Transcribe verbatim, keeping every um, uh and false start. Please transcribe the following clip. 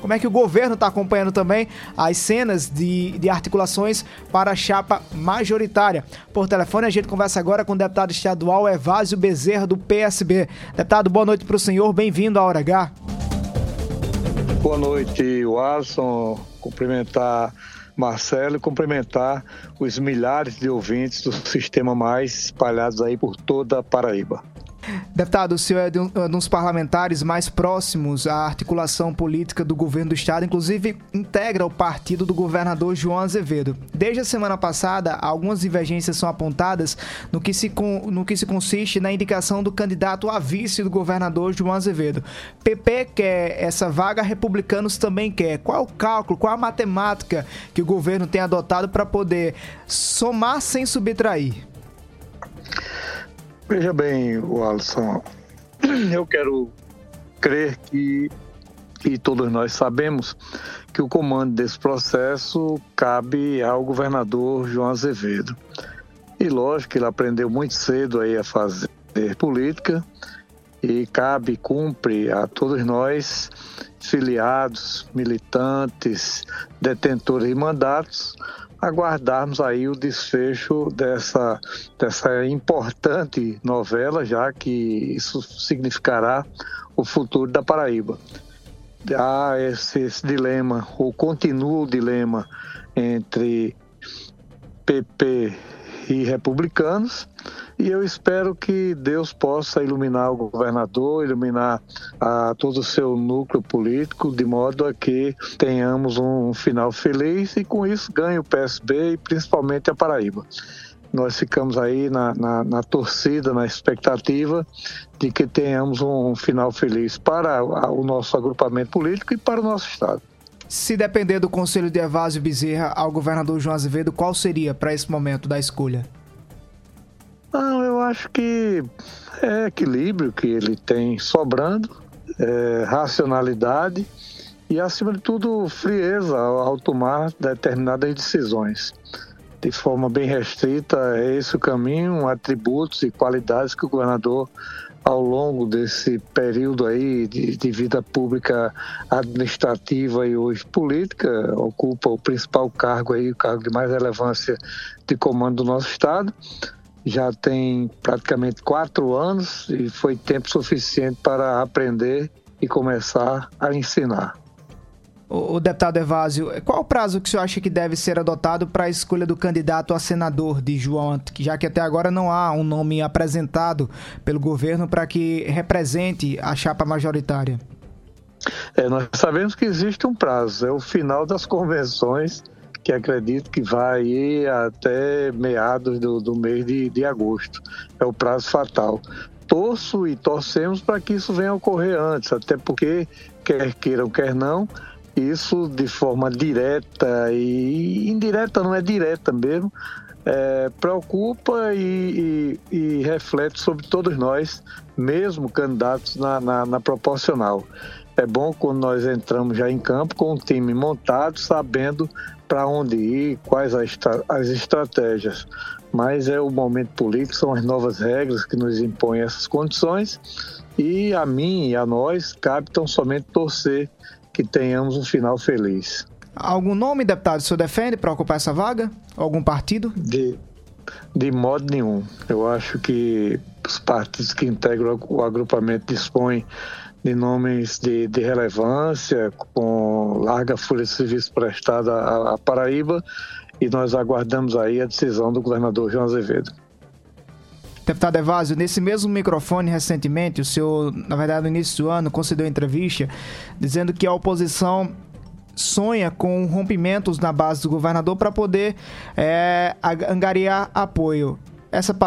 como é que o governo está acompanhando também as cenas de, de articulações para a chapa majoritária. Por telefone, a gente conversa agora com o deputado estadual Evásio Bezerra, do P S B. Deputado, boa noite para o senhor, bem-vindo à Hora H. Boa noite, Alisson. Cumprimentar Marcelo e cumprimentar os milhares de ouvintes do Sistema Mais espalhados aí por toda a Paraíba. Deputado, o senhor é de um, de um dos parlamentares mais próximos à articulação política do governo do estado, inclusive integra o partido do governador João Azevedo. Desde a semana passada, algumas divergências são apontadas no que se, no que se consiste na indicação do candidato a vice do governador João Azevedo. P P quer essa vaga, republicanos também quer. Qual é o cálculo, qual a matemática que o governo tem adotado para poder somar sem subtrair? Veja bem, Alisson, eu quero crer que, e todos nós sabemos, que o comando desse processo cabe ao governador João Azevedo. E lógico que ele aprendeu muito cedo aí a fazer política e cabe, cumpre a todos nós, filiados, militantes, detentores de mandatos, aguardarmos aí o desfecho dessa, dessa importante novela, já que isso significará o futuro da Paraíba. Há esse, esse dilema, ou continua o dilema entre P P e republicanos, e eu espero que Deus possa iluminar o governador, iluminar a todo o seu núcleo político, de modo a que tenhamos um final feliz e com isso ganhe o P S B e principalmente a Paraíba. Nós ficamos aí na, na, na torcida, na expectativa de que tenhamos um final feliz para o nosso agrupamento político e para o nosso estado. Se depender do conselho de Evásio Bezerra ao governador João Azevedo, qual seria para esse momento da escolha? Não, eu acho que é equilíbrio que ele tem sobrando, é, racionalidade e, acima de tudo, frieza ao, ao tomar determinadas decisões. De forma bem restrita, é esse o caminho, atributos e qualidades que o governador, ao longo desse período aí de, de vida pública administrativa e hoje política, ocupa o principal cargo aí, o cargo de mais relevância de comando do nosso estado. Já tem praticamente quatro anos e foi tempo suficiente para aprender e começar a ensinar. O, o deputado Evásio, qual o prazo que o senhor acha que deve ser adotado para a escolha do candidato a senador de João, já que até agora não há um nome apresentado pelo governo para que represente a chapa majoritária? É, nós sabemos que existe um prazo, é o final das convenções, que acredito que vai ir até meados do, do mês de, de agosto. É o prazo fatal. Torço e torcemos para que isso venha a ocorrer antes, até porque, quer queiram, quer não, isso de forma direta e indireta, não é direta mesmo, é, preocupa e, e, e reflete sobre todos nós, mesmo candidatos na, na, na proporcional. É bom quando nós entramos já em campo com um time montado, sabendo para onde ir, quais as estratégias. Mas é o momento político, são as novas regras que nos impõem essas condições e a mim e a nós cabe tão somente torcer que tenhamos um final feliz. Algum nome, deputado, o senhor defende para ocupar essa vaga? Algum partido? De, de modo nenhum. Eu acho que os partidos que integram o agrupamento dispõem de nomes de, de relevância, com larga folha de serviço prestada à, à Paraíba, e nós aguardamos aí a decisão do governador João Azevedo. Deputado Evásio, nesse mesmo microfone recentemente, o senhor, na verdade no início do ano, concedeu entrevista dizendo que a oposição sonha com rompimentos na base do governador para poder é, angariar apoio. Essa